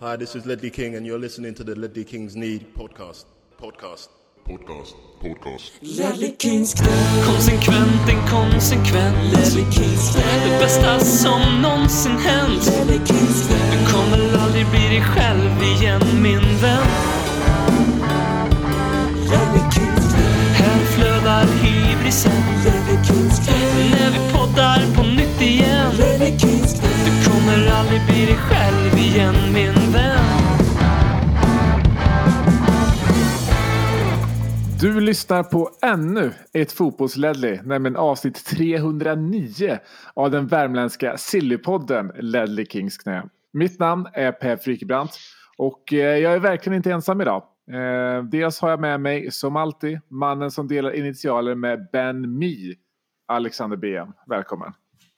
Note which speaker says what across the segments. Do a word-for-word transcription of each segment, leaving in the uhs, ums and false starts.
Speaker 1: Hi, this is Ledley King and you're listening to the Ledley Kings Need podcast. Podcast. Podcast. Podcast.
Speaker 2: Ledley Kings knä.
Speaker 3: Konsekvent, inkonsekvent.
Speaker 2: Ledley Kings knä.
Speaker 3: Det bästa som någonsin hänt.
Speaker 2: Ledley Kings knä.
Speaker 3: Du kommer aldrig bli dig själv igen, min vän.
Speaker 2: Ledley Kings knä.
Speaker 3: Här flödar hybrisen.
Speaker 2: Ledley Kings knä.
Speaker 3: När vi poddar på nytt igen.
Speaker 2: Ledley Kings knä.
Speaker 3: Du kommer aldrig bli dig själv igen, min vän.
Speaker 4: Du lyssnar på ännu ett fotbolls-Ledley, nämligen avsnitt trehundranio av den värmländska Sillypodden Ledley Kings knä. Mitt namn är Per Frykebrandt och jag är verkligen inte ensam idag. Dels har jag med mig, som alltid, mannen som delar initialer med Ben Mee, Alexander B M. Välkommen.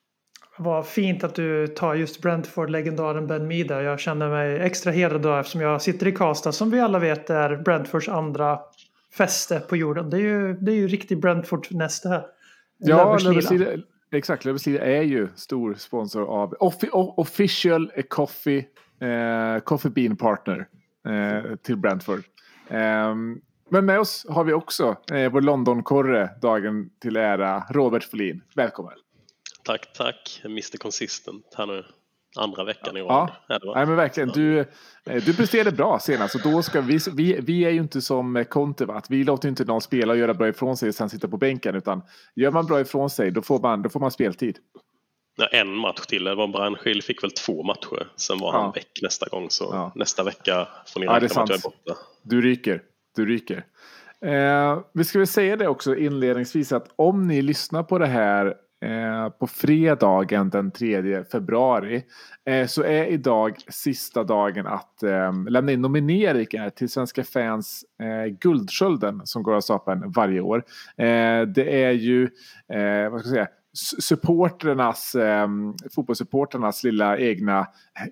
Speaker 5: Vad fint att du tar just Brentford-legendaren Ben Mee där. Jag känner mig extra hedrad då eftersom jag sitter i Karlstad, som vi alla vet är Brentfords andra fäste på jorden. Det är ju, det är ju riktigt Brentford-näste här.
Speaker 4: Ja, Löfbergslid, exakt. Löfbergslid är ju stor sponsor av offi, Official Coffee, eh, Coffee Bean Partner eh, till Brentford. Eh, men med oss har vi också eh, vår London-korre, dagen till ära, Robert Folin. Välkommen.
Speaker 6: Tack, tack. mister Consistent här nu. Andra veckan i år.
Speaker 4: Ja, nej, men verkligen. Du, du presterade bra senast. Och då ska vi, vi, vi är ju inte som Conte, va? Vi låter inte någon spela och göra bra ifrån sig och sen sitta på bänken. Utan gör man bra ifrån sig, då får man, då får man speltid.
Speaker 6: Ja, en match till. Det var Branschil fick väl två matcher. Sen var han
Speaker 4: ja.
Speaker 6: väck nästa gång. Så ja. nästa vecka får ni
Speaker 4: ja,
Speaker 6: räkna med att jag är borta.
Speaker 4: Du ryker. Du ryker. Eh, vi ska väl säga det också inledningsvis att om ni lyssnar på det här Eh, på fredagen den tredje februari eh, så är idag sista dagen att eh, lämna in nomineringar till Svenska fans eh, Guldskölden som går av stapeln varje år. Eh, det är ju eh, vad ska jag säga supporternas, eh, fotbollssupporternas lilla egna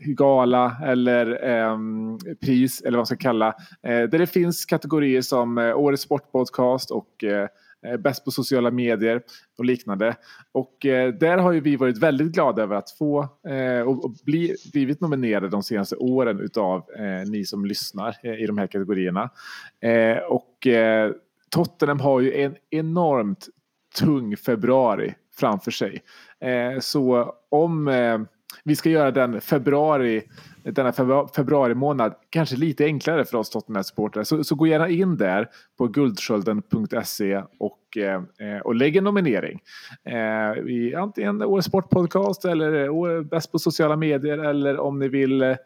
Speaker 4: gala eller eh, pris eller vad man ska kalla eh, där det finns kategorier som eh, Årets Sportpodcast och eh, bäst på sociala medier och liknande. Och eh, där har ju vi varit väldigt glada över att få eh, och, och bli, blivit nominerade de senaste åren utav eh, ni som lyssnar eh, i de här kategorierna. Eh, och eh, Tottenham har ju en enormt tung februari framför sig. Eh, så om eh, vi ska göra den februari denna februari månad kanske lite enklare för oss Tottenham-supportare. Så, så gå gärna in där på guldskölden punkt se och, eh, och lägg en nominering. Eh, i antingen Årets Sportpodcast eller bäst på sociala medier eller om ni vill eh,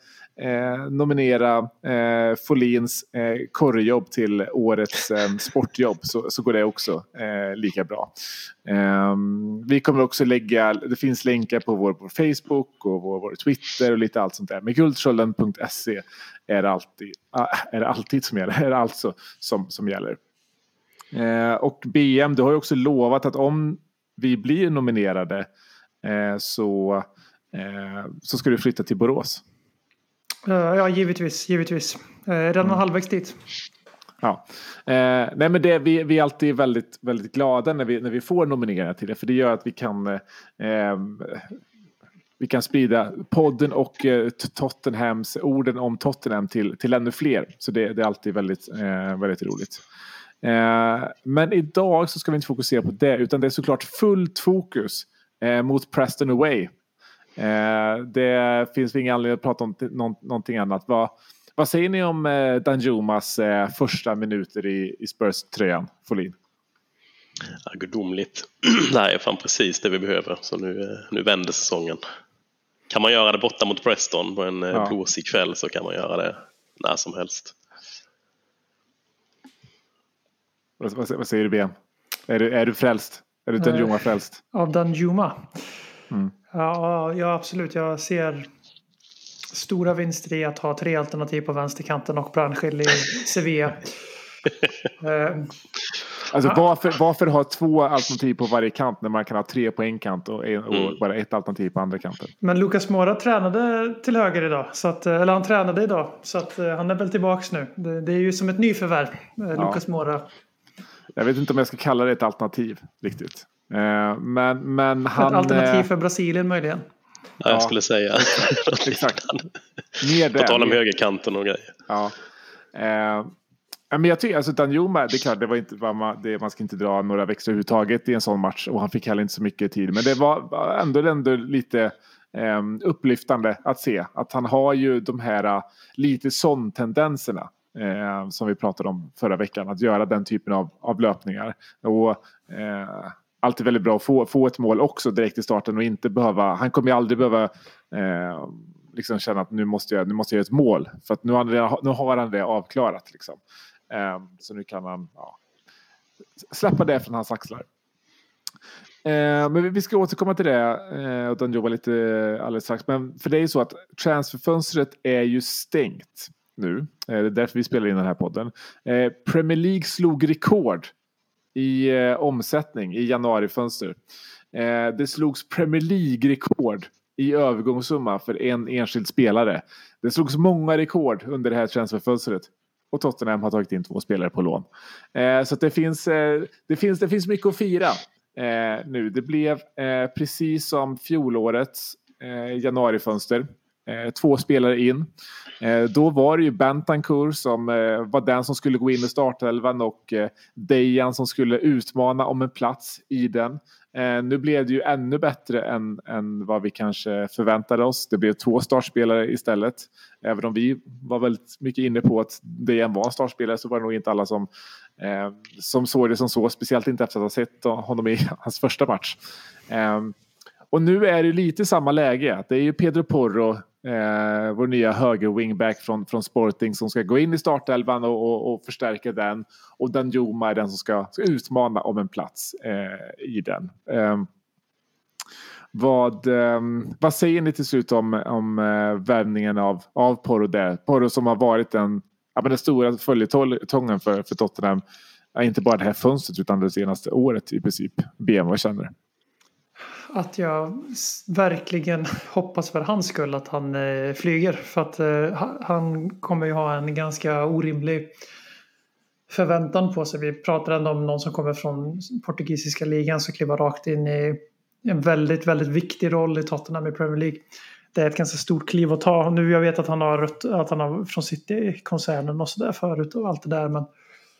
Speaker 4: nominera eh, Folins eh, korrejobb till Årets eh, sportjobb så, så går det också eh, lika bra. Eh, vi kommer också lägga, det finns länkar på vår, vår Facebook och vår, vår Twitter och lite allt sånt där. Men guldskölden punkt se är det alltid, är det alltid som gäller, är det alltså som, som gäller. Eh, och B M, du har ju också lovat att om vi blir nominerade eh, så, eh, så ska du flytta till Borås.
Speaker 5: Uh, ja, givetvis, givetvis. Uh, redan mm. halvvägs dit.
Speaker 4: Ja, eh, nej men det, vi, vi är alltid väldigt, väldigt glada när vi, när vi får nomineringar till det. För det gör att vi kan eh, vi kan sprida podden och eh, Tottenhams orden om Tottenham till, till ännu fler. Så det, det är alltid väldigt, eh, väldigt roligt. Eh, men idag så ska vi inte fokusera på det, utan det är såklart fullt fokus eh, mot Preston Away. Eh, det finns ingen anledning att prata om t- nå- någonting annat. Vad, vad säger ni om eh, Danjumas eh, första minuter i, i Spurs-tröjan, Folin?
Speaker 6: Ja, gudomligt. Det här är fan precis det vi behöver. Så nu, nu vänder säsongen. Kan man göra det borta mot Preston på en ja. blåsig kväll så kan man göra det när som helst.
Speaker 4: Vad, vad, vad säger du, B M? Är du, är du frälst? Är du Danjuma frälst?
Speaker 5: Av Danjuma?
Speaker 4: Mm.
Speaker 5: Ja, ja, absolut. Jag ser stora vinster i att ha tre alternativ på vänsterkanten och Branschil i Sevilla. uh,
Speaker 4: alltså varför, varför ha två alternativ på varje kant när man kan ha tre på en kant och, en, och mm. bara ett alternativ på andra kanten?
Speaker 5: Men Lucas Moura tränade till höger idag. Så att, eller han tränade idag. Så att han är väl tillbaks nu. Det, det är ju som ett nyförvärv, ja. Lucas Moura.
Speaker 4: Jag vet inte om jag ska kalla det ett alternativ riktigt. Uh, men, men han,
Speaker 5: ett alternativ för Brasilien möjligen.
Speaker 6: Ja, jag skulle säga.
Speaker 4: Exakt.
Speaker 6: På tal om högerkanten och grejer.
Speaker 4: Ja. Eh, men jag tycker, alltså Danjuma, det är klart, det var inte, man, det, man ska inte dra några växlar överhuvudtaget i en sån match. Och han fick heller inte så mycket tid. Men det var ändå, ändå lite eh, upplyftande att se. Att han har ju de här lite sån tendenserna. Eh, som vi pratade om förra veckan. Att göra den typen av, av löpningar. Och eh, alltid väldigt bra att få, få ett mål också direkt i starten. Och inte behöva, han kommer ju aldrig behöva eh, liksom känna att nu måste jag, nu måste jag göra ett mål. För att nu har han, nu har han det avklarat liksom. Eh, så nu kan han ja, släppa det från hans axlar. Eh, men vi ska återkomma till det eh, och den jobbar lite alldeles strax. Men för det är ju så att transferfönstret är ju stängt nu. Eh, det är därför vi spelar in den här podden. Eh, Premier League slog rekord i eh, omsättning i januarifönster. Eh, det slogs Premier League-rekord i övergångssumma för en enskild spelare. Det slogs många rekord under det här transferfönstret. Och Tottenham har tagit in två spelare på lån. Eh, så att det, finns, eh, det, finns, det finns mycket att fira eh, nu. Det blev eh, precis som fjolårets eh, januarifönster. Eh, två spelare in. Eh, då var det ju Bentancur som eh, var den som skulle gå in i startelvan och eh, Dejan som skulle utmana om en plats i den. Eh, nu blev det ju ännu bättre än, än vad vi kanske förväntade oss. Det blev två startspelare istället. Även om vi var väldigt mycket inne på att Dejan var en startspelare så var det nog inte alla som, eh, som såg det som så. Speciellt inte efter att ha sett honom i hans första match. Eh, och nu är det lite samma läge. Det är ju Pedro Porro, eh, vår nya höger wingback från, från Sporting som ska gå in i startelvan och, och, och förstärka den. Och Danjuma är den som ska, ska utmana om en plats eh, i den. Eh, vad, eh, vad säger ni till slut om, om eh, värvningen av, av Porro där? Porro som har varit den, ja, den stora följetongen för, för Tottenham. Ja, inte bara det här fönstret utan det senaste året i princip. B M, vad känner du?
Speaker 5: Att jag verkligen hoppas för hans skull att han eh, flyger. För att eh, han kommer ju ha en ganska orimlig förväntan på sig. Vi pratar ändå om någon som kommer från portugisiska ligan som kliver rakt in i en väldigt, väldigt viktig roll i Tottenham i Premier League. Det är ett ganska stort kliv att ta. Nu jag vet att han har rött, att han har från City-koncernen och sådär förut och allt det där. Men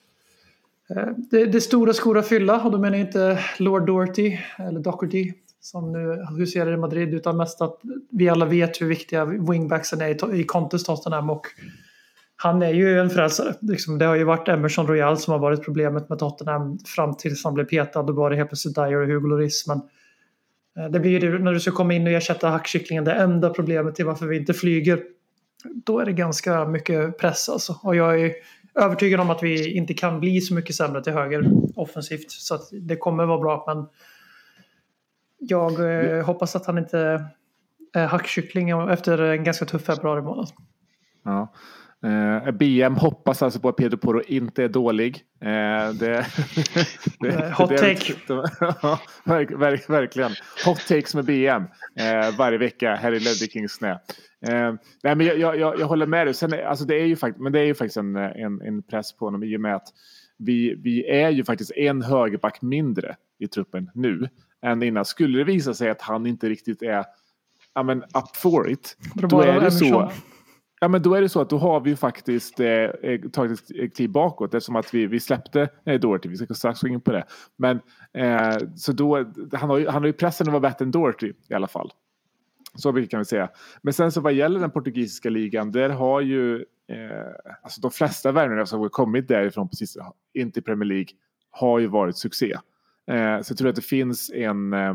Speaker 5: eh, det, det är stora skor att fylla och då menar jag inte Lord Doherty eller Doherty som nu huserar i Madrid utan mest att vi alla vet hur viktiga wingbacksen är i Contes Tottenham och han är ju en frälsare. Liksom, det har ju varit Emerson Royal som har varit problemet med Tottenham fram tills han blev petad och bara helt plötsligt Dyer och Hugo Lloris. Men det blir ju när du ska komma in och ersätta hackkycklingen det enda problemet till varför vi inte flyger. Då är det ganska mycket press alltså. Och jag är övertygad om att vi inte kan bli så mycket sämre till höger offensivt. Så att det kommer vara bra men jag eh, hoppas att han inte är hackkyckling efter en ganska tuff februari månad.
Speaker 4: Ja. Eh, B M hoppas alltså på att Pedro Porro inte är dålig. Eh, det, det,
Speaker 5: Hot
Speaker 4: det,
Speaker 5: take.
Speaker 4: Ja, verk, verk, verkligen. Hot takes med B M eh, varje vecka här i Ledley Kings knä. Eh, nej, men jag, jag, jag håller med dig. Sen, alltså det är ju fakt- men det är ju faktiskt en, en, en press på honom i och med att vi, vi är ju faktiskt en högerback mindre i truppen nu än innan. Skulle det visa sig att han inte riktigt är ja, men up for it, då är det så. Ja, men då är det så att då har vi ju faktiskt eh, tagit ett kliv bakåt eftersom att vi, vi släppte eh, Doherty. Vi ska strax gå in på det. Men eh, så då, han har, ju, han har ju pressen att vara bättre än Doherty i alla fall. Så mycket kan vi säga. Men sen så vad gäller den portugisiska ligan, där har ju eh, alltså de flesta värvningar som har kommit därifrån precis inte i Premier League har ju varit succé. Eh, så jag tror att det finns en... Eh,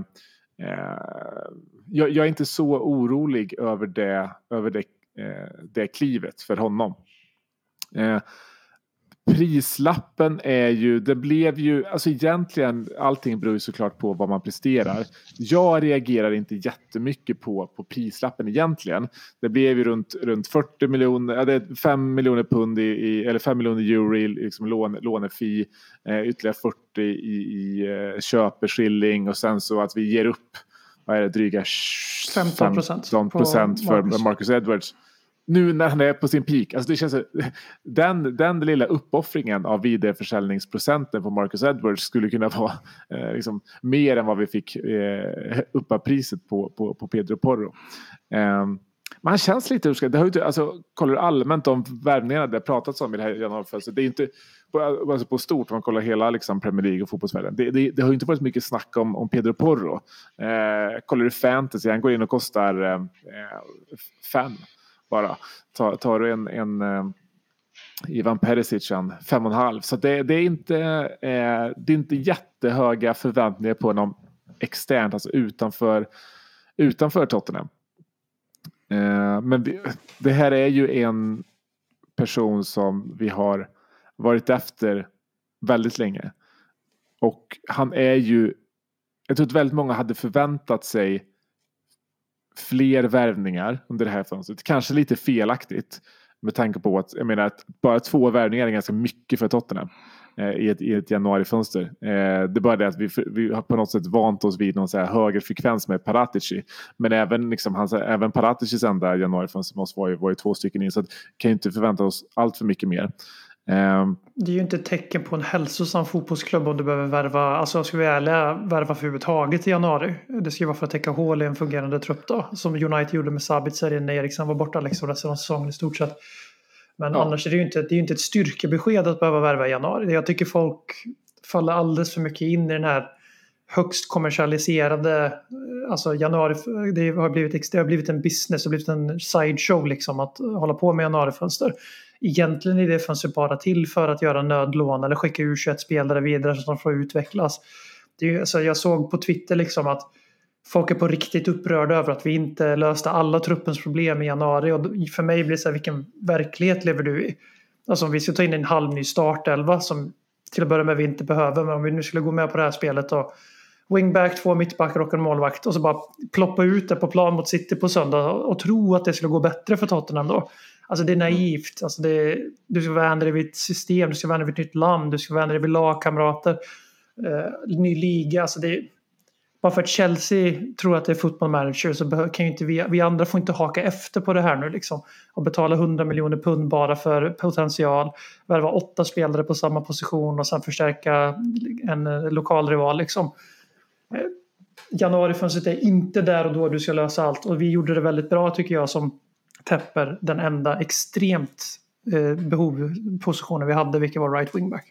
Speaker 4: jag, jag är inte så orolig över det, över det det klivet för honom. Eh, prislappen är ju, det blev ju, alltså egentligen allting beror ju såklart på vad man presterar. Jag reagerar inte jättemycket på, på prislappen egentligen. Det blev ju runt, runt fyrtio miljoner, ja, det är fem miljoner pund i, i, eller fem miljoner euro i liksom lån, lånefi, eh, ytterligare fyrtio i, i eh, köpeskilling och sen så att vi ger upp vad är det, dryga
Speaker 5: femton procent
Speaker 4: för Marcus Edwards. nu när han är på sin peak. Alltså det känns, den, den lilla uppoffringen av vidareförsäljningsprocenten på Marcus Edwards skulle kunna vara eh, liksom, mer än vad vi fick eh, uppa priset på, på, på Pedro Porro. Eh, men han känns lite urskatt. Det har ju inte, alltså, kollar du allmänt om värvningarna det har pratats om i det här januarifönstret. Det är inte på, alltså på stort om man kollar hela liksom, Premier League och fotbollsvärlden. Det, det, det har ju inte varit mycket snack om, om Pedro Porro. Eh, kollar du fantasy, han går in och kostar eh, fem. Bara tar, tar du en, en uh, Ivan Perisic fem och en halv. Så det, det, är inte, eh, det är inte jättehöga förväntningar på någon externt, alltså utanför, utanför Tottenham. Eh, men vi, det här är ju en person som vi har varit efter väldigt länge. Och han är ju, jag tror att väldigt många hade förväntat sig fler värvningar under det här fönstret. Kanske lite felaktigt med tanke på att, jag menar, att bara två värvningar är ganska mycket för Tottenham eh, i, ett, i ett januarifönster. Eh, det är bara det att vi, vi har på något sätt vant oss vid någon så här högre frekvens med Paratici. Men även, liksom, hans, även Paraticis enda januarifönster måste vara ju, var ju två stycken in. Så att, kan ju inte förvänta oss allt för mycket mer. Um,
Speaker 5: det är ju inte ett tecken på en hälsosam fotbollsklubb om du behöver värva, alltså ska vi ärliga, värva för överhuvudtaget i januari. Det ska ju vara för att täcka hål i en fungerande trupp då. Som United gjorde med Sabitzer när Eriksen var borta liksom resten av säsongen i stort sett. Men ja. Annars är det ju inte, det är ju inte ett styrkebesked att behöva värva i januari. Jag tycker folk faller alldeles för mycket in i den här högst kommersialiserade, alltså januari, det har blivit, det har blivit en business, det har blivit en sideshow liksom att hålla på med januarifönster. Egentligen är det fönstret bara till för att göra nödlån eller skicka U tjugoett-spelare vidare så att de får utvecklas. Det är ju, alltså jag såg på Twitter liksom att folk är på riktigt upprörda över att vi inte löste alla truppens problem i januari. Och för mig blir det så här, vilken verklighet lever du i? Alltså om vi ska ta in en halv ny startelva som till att börja med vi inte behöver. Men om vi nu skulle gå med på det här spelet och wingback, två mittbackar och en målvakt och så bara ploppa ut det på plan mot City på söndag och tro att det skulle gå bättre för Tottenham då. Alltså det är naivt. Alltså det, du ska vända dig vid ett system, du ska vända dig vid ett nytt land, du ska vända dig vid lagkamrater, eh, ny liga. Alltså det, bara för att Chelsea tror att det är football manager så kan ju inte vi, vi andra får inte haka efter på det här nu liksom. Och betala hundra miljoner pund bara för potential, värva åtta spelare på samma position och sen förstärka en eh, lokal rival liksom. Eh, januarifönstret är inte där och då du ska lösa allt och vi gjorde det väldigt bra tycker jag som täpper den enda extremt eh, behovpositionen vi hade, vilket var right wingback.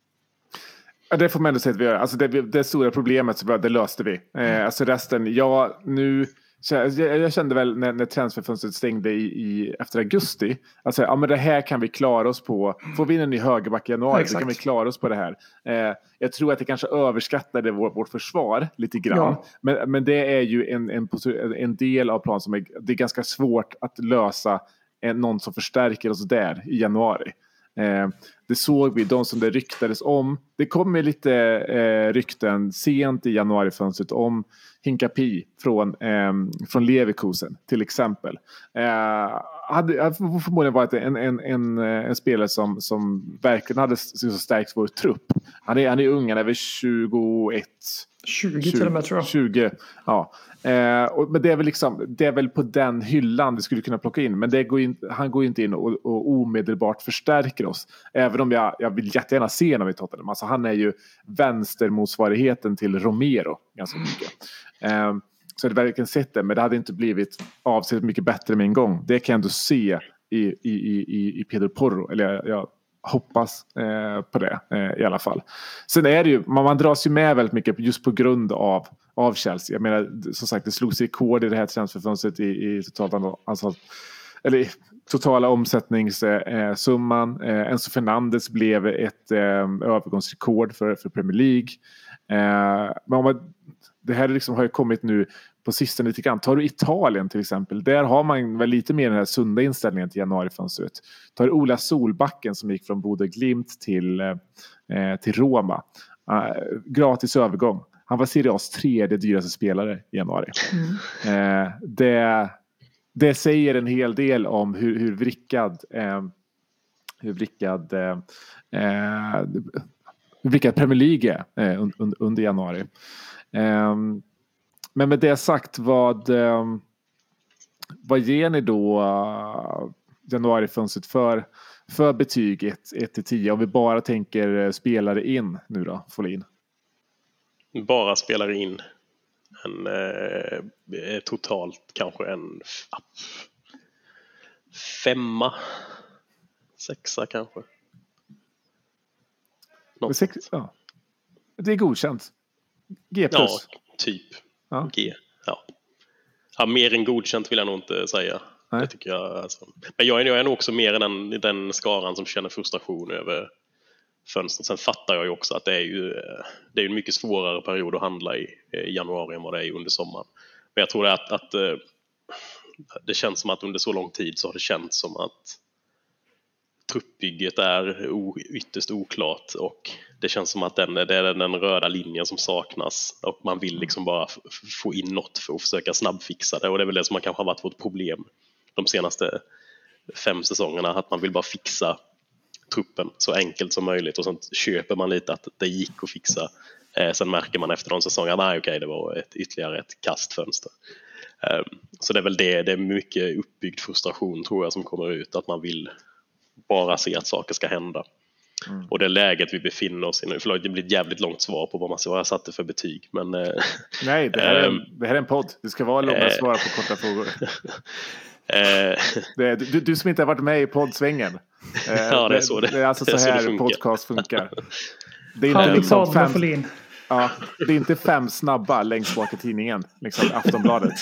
Speaker 4: Ja, det får man ändå säga att vi gör. Alltså det, det stora problemet så det löste vi. Eh, alltså resten, ja nu jag, jag kände väl när, när transferfönstret stängde i, i, efter augusti. Alltså ja men det här kan vi klara oss på. Får vi in en ny högerback i januari ja, så kan vi klara oss på det här. Eh, jag tror att det kanske överskattade vår, vårt försvar lite grann. Ja. Men, men det är ju en, en, en del av planen som är, det är ganska svårt att lösa en, någon som förstärker oss där i januari. Eh, det såg vi, de som det ryktades om. Det kommer lite eh, rykten sent i januarifönstret om Hincapié från, eh, från Leverkusen till exempel. Eh, hade förmodligen varit en, en, en, en spelare som, som verkligen hade stärkt vår trupp. Han är, han är ung, han är väl tjugoett
Speaker 5: tjugo till och med tror jag.
Speaker 4: tjugo, ja. Eh, och, men det är väl liksom, det är väl på den hyllan det skulle kunna plocka in. Men det går in, han går inte in och, och omedelbart förstärker oss. Även om jag, jag vill jättegärna se honom i Tottenham. Alltså han är ju vänstermotsvarigheten till Romero ganska mycket. Eh, så det verkligen sett det, men det hade inte blivit avsett mycket bättre med en gång. Det kan jag ändå se i, i, i, i Pedro Porro. Eller jag, jag hoppas eh, på det eh, i alla fall. Sen är det ju, man, man dras ju med väldigt mycket just på grund av, av Chelsea. Jag menar, som sagt, det slogs rekord i det här transferfönstret i, i totala, alltså, eller, totala omsättningssumman. Eh, eh, Enzo Fernandes blev ett eh, övergångsrekord för, för Premier League. Eh, men om man, det här liksom har ju kommit nu på sistone lite grann. Tar du Italien till exempel, där har man väl lite mer den här sunda inställningen till januarifönstret. Tar du Ola Solbacken som gick från Bodø Glimt till, eh, till Roma. Uh, gratis övergång. Han var Serie A's tredje dyraste spelare i januari. Mm. Eh, det, det säger en hel del om hur, hur vrickad eh, hur vrickad eh, hur vrickad Premier League är eh, un, under januari. Eh, men med det sagt, vad, vad ger ni då januarifönstret för, för betyg ett till tio? Om vi bara tänker spelare in nu då, Folin.
Speaker 6: Bara spelare in. En, eh, totalt kanske en femma. Sexa kanske.
Speaker 4: Sex, ja. Det är godkänt. G plus.
Speaker 6: Ja, typ.
Speaker 4: Ja.
Speaker 6: G. Ja. Ja, mer än godkänt vill jag nog inte säga.
Speaker 4: Nej.
Speaker 6: Det tycker jag. Alltså. Men jag är, jag är nog också mer än den, den skaran som känner frustration över fönstret. Sen fattar jag ju också att det är ju det är en mycket svårare period att handla i, i januari än vad det är under sommaren. Men jag tror att, att det känns som att under så lång tid så har det känts som att truppbygget är o, ytterst oklart och det känns som att den, det är den röda linjen som saknas och man vill liksom bara f- få in något för att försöka snabbfixa det och det är väl det som man kanske har varit vårt problem de senaste fem säsongerna, att man vill bara fixa truppen så enkelt som möjligt och sen köper man lite att det gick att fixa. Eh, sen märker man efter de säsongerna, nej okej, det var ett, ytterligare ett kastfönster. Eh, så det är väl det, det är mycket uppbyggd frustration tror jag som kommer ut, att man vill bara se att saker ska hända. Mm. Och det läget vi befinner oss i nu, förlåt det blir ett jävligt långt svar på vad man vad jag satte för betyg. Men, eh,
Speaker 4: nej, det här, är, det här är en podd. Det ska vara långa eh, svar på korta frågor. Eh, det, du, du som inte har varit med i poddsvängen. Eh,
Speaker 6: ja, det är så det,
Speaker 4: det är alltså så, så här funkar. Podcast funkar. Det är
Speaker 5: inte liksom fem,
Speaker 4: ja, det är inte fem snabba längst bak i tidningen, liksom Aftonbladet.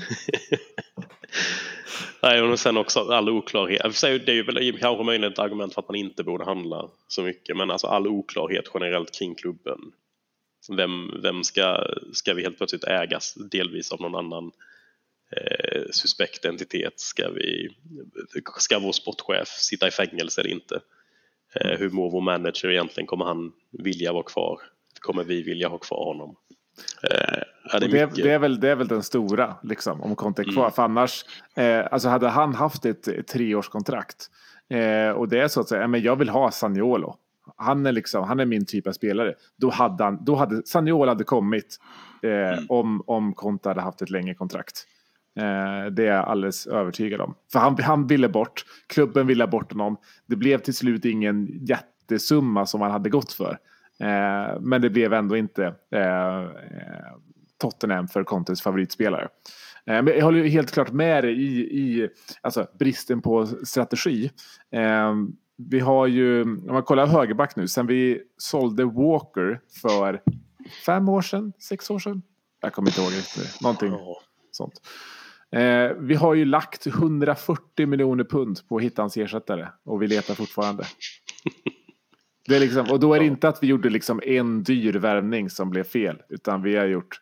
Speaker 6: Nej, och sen också all oklarhet. Det är ju väl kanske möjligt ett argument för att man inte borde handla så mycket, men alltså all oklarhet generellt kring klubben. Vem, vem ska, ska vi helt plötsligt ägas delvis av någon annan eh, suspekt entitet? Ska, vi, ska vår sportchef sitta i fängelse eller inte? Eh, hur mår vår manager egentligen? Kommer han vilja vara kvar? Kommer vi vilja ha kvar honom? Eh,
Speaker 4: är det, det, det, är väl, det är väl den stora liksom, om Conte är kvar. Mm. För annars, eh, alltså hade han haft ett, ett treårskontrakt eh, och det är så att säga, men jag vill ha Zaniolo. Han är, liksom, han är min typ av spelare. Då hade, han, då hade Zaniolo hade kommit eh, mm. om, om Conte hade haft ett längre kontrakt. Eh, det är jag alldeles övertygad om. För han, han ville bort. Klubben ville bort honom. Det blev till slut ingen jättesumma som han hade gått för. Eh, men det blev ändå inte eh, Tottenham för Contes favoritspelare. Eh, men jag håller helt klart med dig i, i alltså, bristen på strategi. Eh, vi har ju, om man kollar högerback nu, sen vi sålde Walker för fem år sedan, sex år sedan. Jag kommer inte ihåg det. Någonting sånt. Eh, vi har ju lagt hundrafyrtio miljoner pund på att hitta hans ersättare och vi letar fortfarande. Det är liksom, och då är det inte att vi gjorde liksom en dyr värvning som blev fel, utan vi har gjort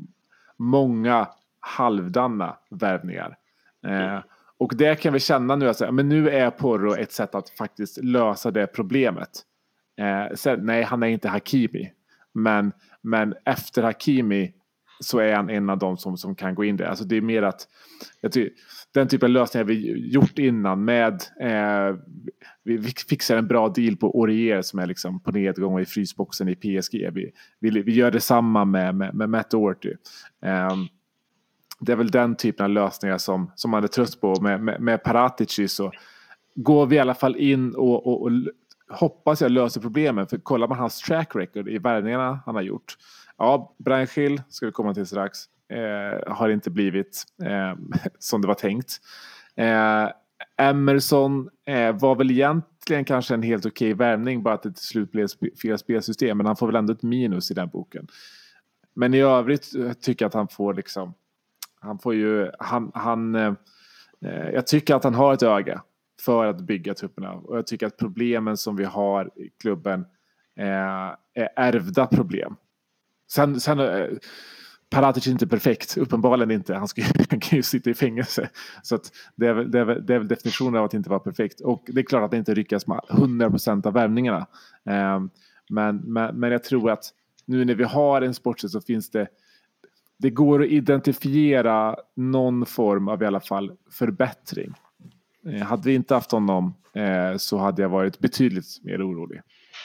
Speaker 4: många halvdana värvningar. Eh, och det kan vi känna nu, alltså, men nu är Porro ett sätt att faktiskt lösa det problemet. Eh, sen, nej, han är inte Hakimi, men, men efter Hakimi så är han en av dem som, som kan gå in där. Alltså det är mer att jag tycker, den typen av lösningar vi gjort innan med eh, vi fixar en bra deal på Aurier som är liksom på nedgång och i frysboxen i P S G. Vi, vi, vi gör det samma med, med, med Matt Doherty. Um, det är väl den typen av lösningar som, som man är trött på. Med, med, med Paratici så går vi i alla fall in och, och, och hoppas jag löser problemen. För kollar man hans track record i värvningarna han har gjort. Ja, Bryan Gil ska vi komma till strax. Eh, har inte blivit eh, som det var tänkt. Eh, Emerson eh, var väl egentligen kanske en helt okej värvning, bara att det till slut blev sp- fel spelsystem, men han får väl ändå ett minus i den boken. Men i övrigt tycker jag att han får liksom han får ju han, han eh, jag tycker att han har ett öga för att bygga trupperna, och jag tycker att problemen som vi har i klubben eh, är ärvda problem. Sen, sen eh, Paratici är inte perfekt, uppenbarligen inte. Han, ska, han kan ju sitta i fängelse. Så att det, är, det, är, det är väl definitionen av att inte vara perfekt. Och det är klart att det inte lyckas med hundra procent av värvningarna. Um, men, men, men jag tror att nu när vi har en sportchef så finns det det går att identifiera någon form av i alla fall förbättring. Eh, hade vi inte haft honom eh, så hade jag varit betydligt mer orolig.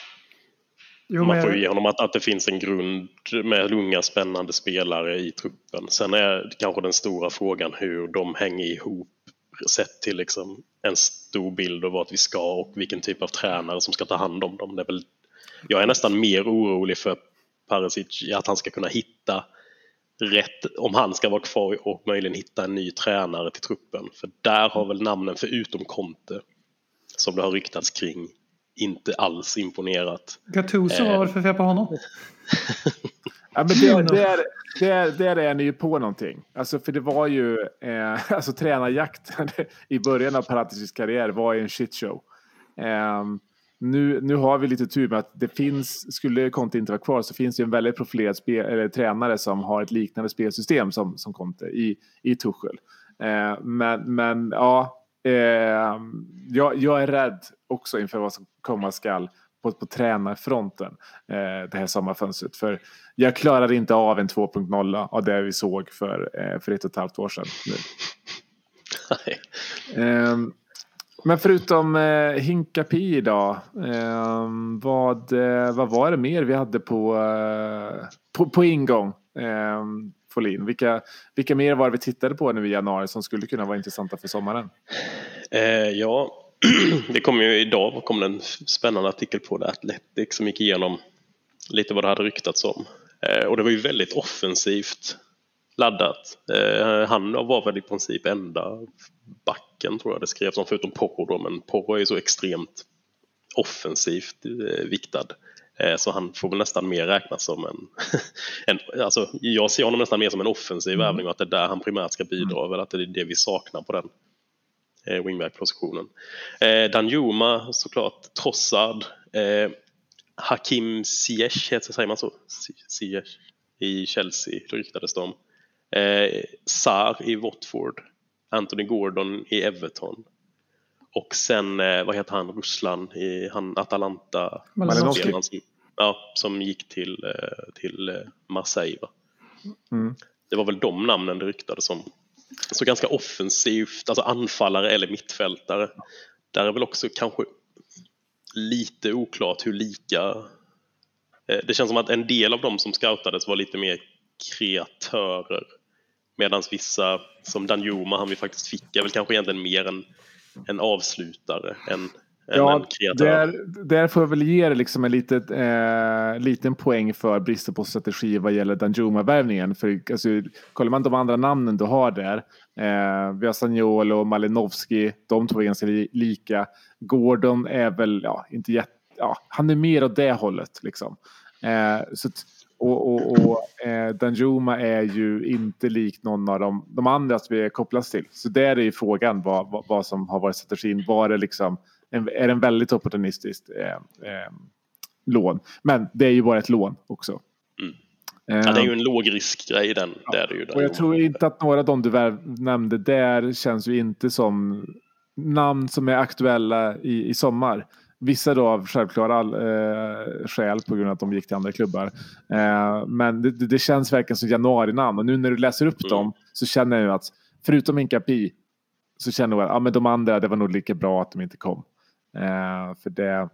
Speaker 6: Jo, man får ju ge honom att, att det finns en grund med unga spännande spelare i truppen. Sen är kanske den stora frågan hur de hänger ihop sett till liksom en stor bild av vart vi ska och vilken typ av tränare som ska ta hand om dem. Det är väl, jag är nästan mer orolig för Perisic, att han ska kunna hitta rätt, om han ska vara kvar och möjligen hitta en ny tränare till truppen. För där har väl namnen förutom Conte, som det har ryktats kring, inte alls imponerat.
Speaker 5: Gattuso, vad var det för fel på honom?
Speaker 4: Ja, men det, det, är, det, är, det är ni ju på någonting. Alltså, för det var ju eh, alltså tränarjakten i början av Paraticics karriär var ju en shitshow. Eh, nu, nu har vi lite tur med att det finns, skulle Conte inte vara kvar, så finns det ju en väldigt profilerad spel, eller tränare som har ett liknande spelsystem som, som Conte i, i Tuchel. Eh, men, men ja, eh, jag, jag är rädd också inför vad som komma skall på, på tränarfronten eh, det här sommarfönstret. För jag klarar inte av en två punkt noll av det vi såg för, eh, för ett och ett halvt år sedan. eh, men förutom eh, Hinkapi idag, eh, vad, eh, vad var det mer vi hade på, eh, på, på ingång? Eh, Folin. Vilka, vilka mer var det vi tittade på nu i januari som skulle kunna vara intressanta för sommaren?
Speaker 6: Eh, ja, det kom ju idag kom en spännande artikel på det Athletic som gick igenom lite vad det hade ryktats om. Eh, och det var ju väldigt offensivt laddat. Eh, han var väl i princip enda backen, tror jag det skrevs om, förutom Porro då, men Porro är ju så extremt offensivt eh, viktad. Eh, så han får väl nästan mer räknas som en, en alltså jag ser honom nästan mer som en offensiv mm. övning, och att det är där han primärt ska bidra, mm. väl att det är det vi saknar på den eh, wingback-positionen. Eh, Danjuma såklart, Trossard, eh, Hakim Ziyech, säger man så? Ziyech i Chelsea, det ryktades de. Eh, Sarr i Watford, Anthony Gordon i Everton, och sen eh, vad heter han, Ruslan i han Atalanta, som, ja, som gick till eh, till eh, Marseille, va? Mm. Det var väl de namnen det ryktades om. Så ganska offensivt, alltså anfallare eller mittfältare. Där är väl också kanske lite oklart hur lika eh, det känns som att en del av dem som scoutades var lite mer kreatörer, medan vissa som Danjuma, han vi faktiskt fick, är väl kanske egentligen mer en, en avslutare än,
Speaker 4: ja,
Speaker 6: än en kreatör.
Speaker 4: Där, där får jag väl ge det liksom en litet, eh, liten poäng för bristen på strategi vad gäller Danjuma-värvningen. För alltså, kollar man de andra namnen du har där, eh, vi har Zaniolo och Malinovski, de två är ganska li- lika. Gordon är väl, ja, inte jätte, ja, han är mer åt det hållet liksom. Eh, så t- Och, och, och eh, Danjuma är ju inte lik någon av de, de andra som vi kopplas till. Så där är ju frågan vad, vad, vad som har varit strategin. Var det liksom en, är det en väldigt opportunistiskt eh, eh, lån? Men det är ju bara ett lån också.
Speaker 6: Mm. Ja, det är ju en lågriskgrej i den. Ja. Där är ju
Speaker 4: och jag tror inte att några av de du nämnde där känns ju inte som namn som är aktuella i, i sommar. Vissa då av självklara eh, skäl på grund av att de gick till andra klubbar. Eh, men det, det känns verkligen som januari-namn. Och nu när du läser upp mm. dem så känner jag att förutom Hinkapi så känner jag att ja, men de andra, det var nog lika bra att de inte kom. Eh, för det,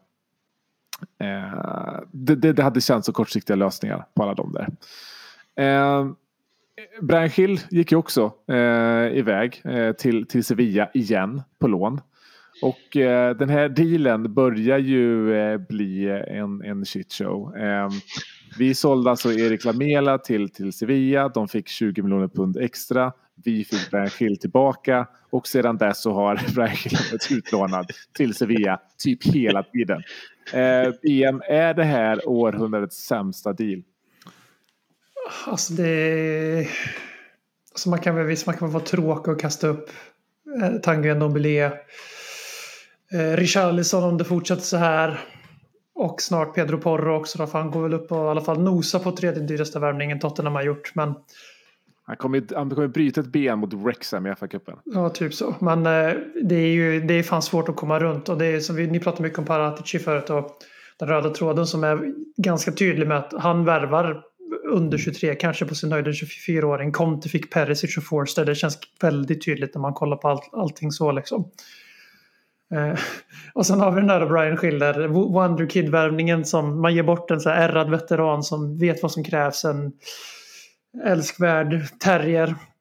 Speaker 4: eh, det, det, det hade känts så kortsiktiga lösningar på alla de där. Eh, Bryan Gil gick ju också eh, iväg eh, till, till Sevilla igen på lån. Och eh, den här dealen börjar ju eh, bli en, en shitshow. Eh, vi sålde alltså Erik Lamela till, till Sevilla. De fick tjugo miljoner pund extra. Vi fick Bryan Gil tillbaka. Och sedan dess så har Bryan Gil varit utlånad till Sevilla typ hela tiden. Eh, B M, är det här århundradets sämsta deal?
Speaker 5: Alltså det... Alltså man kan väl visst man kan vara tråkig och kasta upp eh, Tanguy Ndombele. Eh, Richarlison om det fortsätter så här, och snart Pedro Porro också då, för han går väl upp och i alla fall nosa på tredje dyraste värvningen Tottenham har gjort, men
Speaker 4: han kommer, han kommer bryta ett ben mot Wrexham i F A-cupen.
Speaker 5: Ja, typ så, men eh, det är ju det är fan svårt att komma runt, och det är som vi, ni pratade mycket om Paratici förut, och den röda tråden som är ganska tydlig med att han värvar under tjugotre, kanske på sin höjd en tjugofyraåring. Conte fick Perisic och Forster, det känns väldigt tydligt när man kollar på all, allting så liksom. Eh, och sen har vi den där Bryan Gil där, Wonderkid-värvningen, som man ger bort en så här ärrad veteran som vet vad som krävs, en älskvärd terrier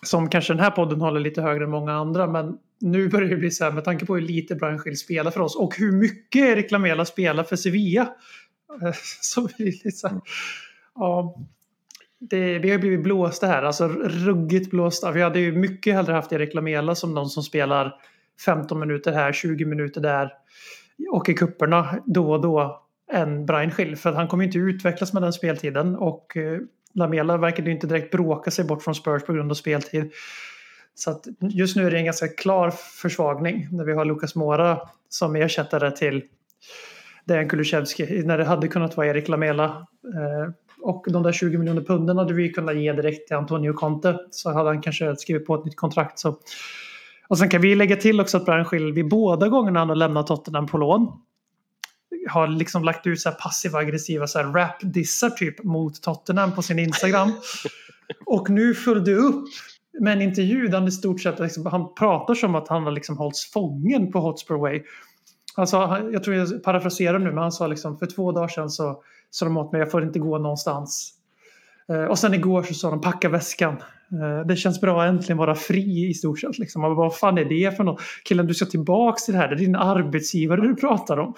Speaker 5: som kanske den här podden håller lite högre än många andra, men nu börjar det bli så här med tanke på hur lite Bryan Gil spelar för oss och hur mycket Erik Lamela spelar för Sevilla. Så blir det lite så här, ja, det, vi har blivit blåsta här, alltså ruggigt blåsta. Vi hade ju mycket hellre haft Erik Lamela som någon som spelar femton minuter här, tjugo minuter där och i kupperna då och då än Bryan Gil, för att han kommer inte utvecklas med den speltiden, och eh, Lamela verkar ju inte direkt bråka sig bort från Spurs på grund av speltid. Så att just nu är det en ganska klar försvagning när vi har Lucas Moura som ersättare till Dejan Kulusevski, när det hade kunnat vara Erik Lamela. Eh, och de där tjugo miljoner punden hade vi kunnat ge direkt till Antonio Conte, så hade han kanske skrivit på ett nytt kontrakt. Så. Och sen kan vi lägga till också att Bryan Gil vid båda gångerna han har lämnat Tottenham på lån har liksom lagt ut så här passiva aggressiva så här rap-dissar typ mot Tottenham på sin Instagram. Och nu följde upp med en intervju där han i stort sett liksom, han pratar som att han har liksom hållits fången på Hotspur Way. Alltså, jag tror jag parafraserar nu, men han sa liksom för två dagar sedan så sa de åt mig, jag får inte gå någonstans. Eh, och sen igår så sa de packa väskan. Eh, det känns bra att äntligen vara fri i stort sett. Liksom. Och vad fan är det för något? Killen, du ska tillbaka till det här. Det är din arbetsgivare du pratar om.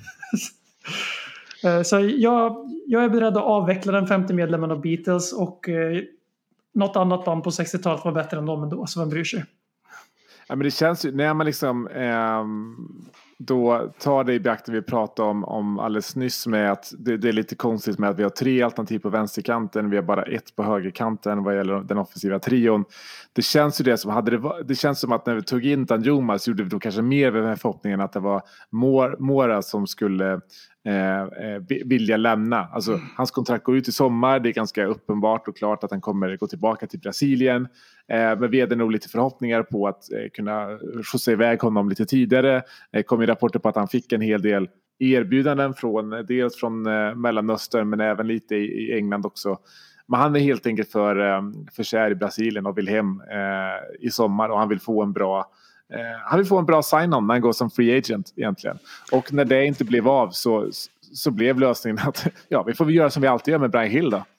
Speaker 5: eh, så jag, jag är beredd att avveckla den femte medlemmen av Beatles, och eh, något annat band på sextiotalet var bättre än dem ändå, så vem bryr sig?
Speaker 4: Ja, men det känns ju, när man liksom eh, då tar det i beaktning vi pratade om, om alldeles nyss med att det, det är lite konstigt med att vi har tre alternativ på vänsterkanten, vi har bara ett på högerkanten vad gäller den offensiva trion. Det känns ju det som hade det, det känns som att när vi tog in Danjuma så gjorde vi då kanske mer med förhoppningen att det var Moura som skulle eh, vilja lämna. Alltså mm. hans kontrakt går ut i sommar, det är ganska uppenbart och klart att han kommer gå tillbaka till Brasilien. Eh, men vi hade nog lite förhoppningar på att eh, kunna skjutsa iväg honom lite tidigare. Det kom ju rapporter på att han fick en hel del erbjudanden från, dels från eh, Mellanöstern men även lite i, i England också. Men han är helt enkelt för, eh, för kär i Brasilien och vill hem eh, i sommar, och han vill få en bra eh, han vill få en bra sign-on när han går som free agent egentligen. Och när det inte blev av så, så blev lösningen att ja, vi får väl göra som vi alltid gör med Bryan Gil då.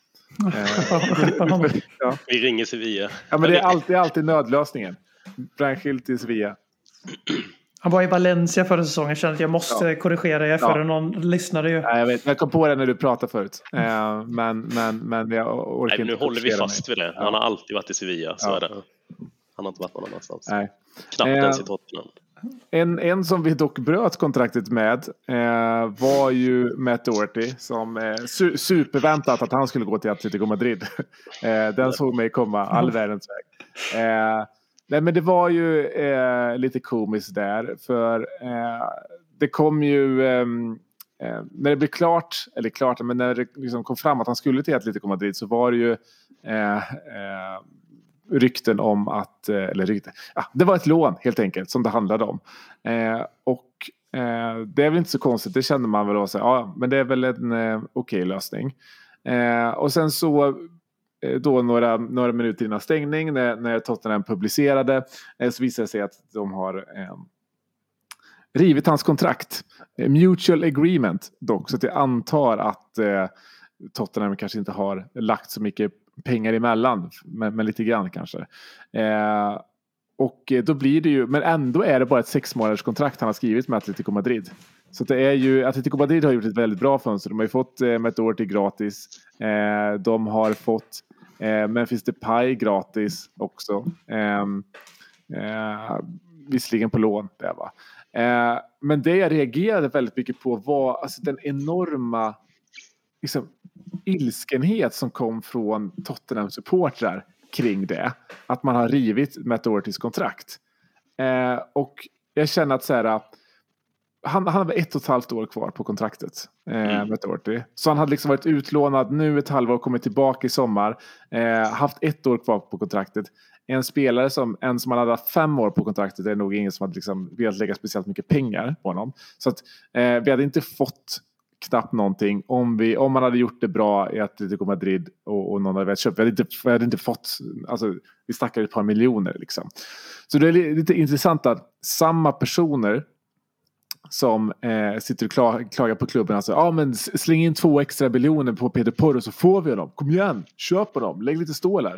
Speaker 6: ja. Vi ringer Sevilla.
Speaker 4: Ja, men det är alltid, alltid nödlösningen. Bryan Gil till Sevilla.
Speaker 5: Han var i Valencia förra säsongen. Jag kände att jag måste ja. korrigera er för ja. någon lyssnare ju.
Speaker 4: Nej, jag vet. Jag kom på det när du pratade förut. Uh, men, men, men jag orkar
Speaker 6: Nej,
Speaker 4: inte.
Speaker 6: Nu håller vi fast mig. vid det. Han har alltid varit i Sevilla. Så ja. är det. Han har inte varit någon annanstans. Nej. Knappt uh, ens i Tottenham.
Speaker 4: En, en som vi dock bröt kontraktet med eh, var ju Matt Doherty, som eh, su- superväntat att han skulle gå till Atletico Madrid. eh, den såg mig komma all världens väg. Eh, nej, men det var ju eh, lite komiskt där, för eh, det kom ju eh, eh, när det blev klart, eller klart, men när det liksom kom fram att han skulle till Atletico Madrid, så var det ju eh, eh, rykten om att, eller rykten, ja, det var ett lån helt enkelt som det handlade om. Eh, och eh, det är väl inte så konstigt, det kände man väl då, så, ja, men det är väl en eh, okej lösning. Eh, och sen så eh, då några, några minuter innan stängning, när, när Tottenham publicerade, eh, så visade det sig att de har eh, rivit hans kontrakt. Eh, mutual agreement dock, så att jag antar att eh, Tottenham kanske inte har lagt så mycket pengar emellan, men, men lite grann kanske. Eh, och då blir det ju, men ändå är det bara ett sex månaders kontrakt han har skrivit med Atletico Madrid. Så det är ju, Atletico Madrid har gjort ett väldigt bra fönster. De har ju fått eh, med ett år till gratis. Eh, de har fått eh, Memphis Depay gratis också. Eh, eh, visserligen på lån där, va. Eh, men det jag reagerade väldigt mycket på var alltså den enorma liksom ilskenhet som kom från Tottenham-supportrar kring det. Att man har rivit Matt Dohertys kontrakt. Eh, och jag känner att så här, han, han hade ett och ett halvt år kvar på kontraktet eh, mm. Matt Doherty. Så han hade liksom varit utlånad nu ett halvår, kommit tillbaka i sommar. Eh, haft ett år kvar på kontraktet. En spelare som, en som hade haft fem år på kontraktet, är nog ingen som hade liksom velat lägga speciellt mycket pengar på honom. Så att eh, vi hade inte fått knappt någonting om, vi, om man hade gjort det bra i Atletico Madrid och, och någon hade köpt. Vi hade inte, vi hade inte fått, alltså vi snackar ett par miljoner liksom. Så det är lite intressant att samma personer som eh, sitter och klag, klagar på klubben, alltså, ja men släng in två extra biljoner på Pedro Porro så får vi honom, kom igen, köp honom, lägg lite stålar.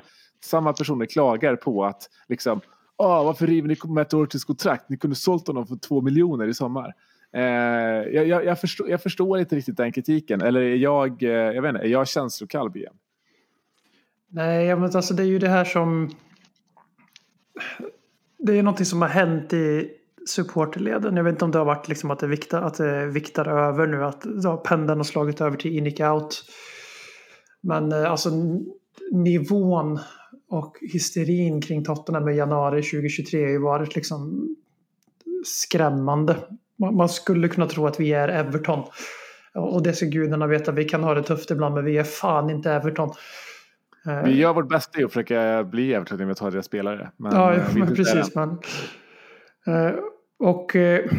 Speaker 4: samma personer klagar på att liksom, åh, varför river ni Matt Dohertys kontrakt? Ni kunde sålt honom för två miljoner i sommar. Eh, jag, jag, jag, förstår, jag förstår inte riktigt den kritiken. Eller är jag, eh, jag vet inte, är jag känslokall B M?
Speaker 5: Nej, men alltså det är ju det här som... Det är någonting som har hänt i supporterleden. Jag vet inte om det har varit liksom att det viktar, att det viktar över nu. Att ja, pendeln har slagit över till in out. Men alltså nivån och hysterin kring Tottenham i januari tjugohundratjugotre har ju varit liksom skrämmande. Man skulle kunna tro att vi är Everton. Och det ska gudarna veta. Vi kan ha det tufft ibland, men vi är fan inte Everton.
Speaker 4: Vi gör vårt bästa i att försöka bli Everton när vi tar deras spelare. Men,
Speaker 5: ja,
Speaker 4: vi
Speaker 5: men precis. Men, och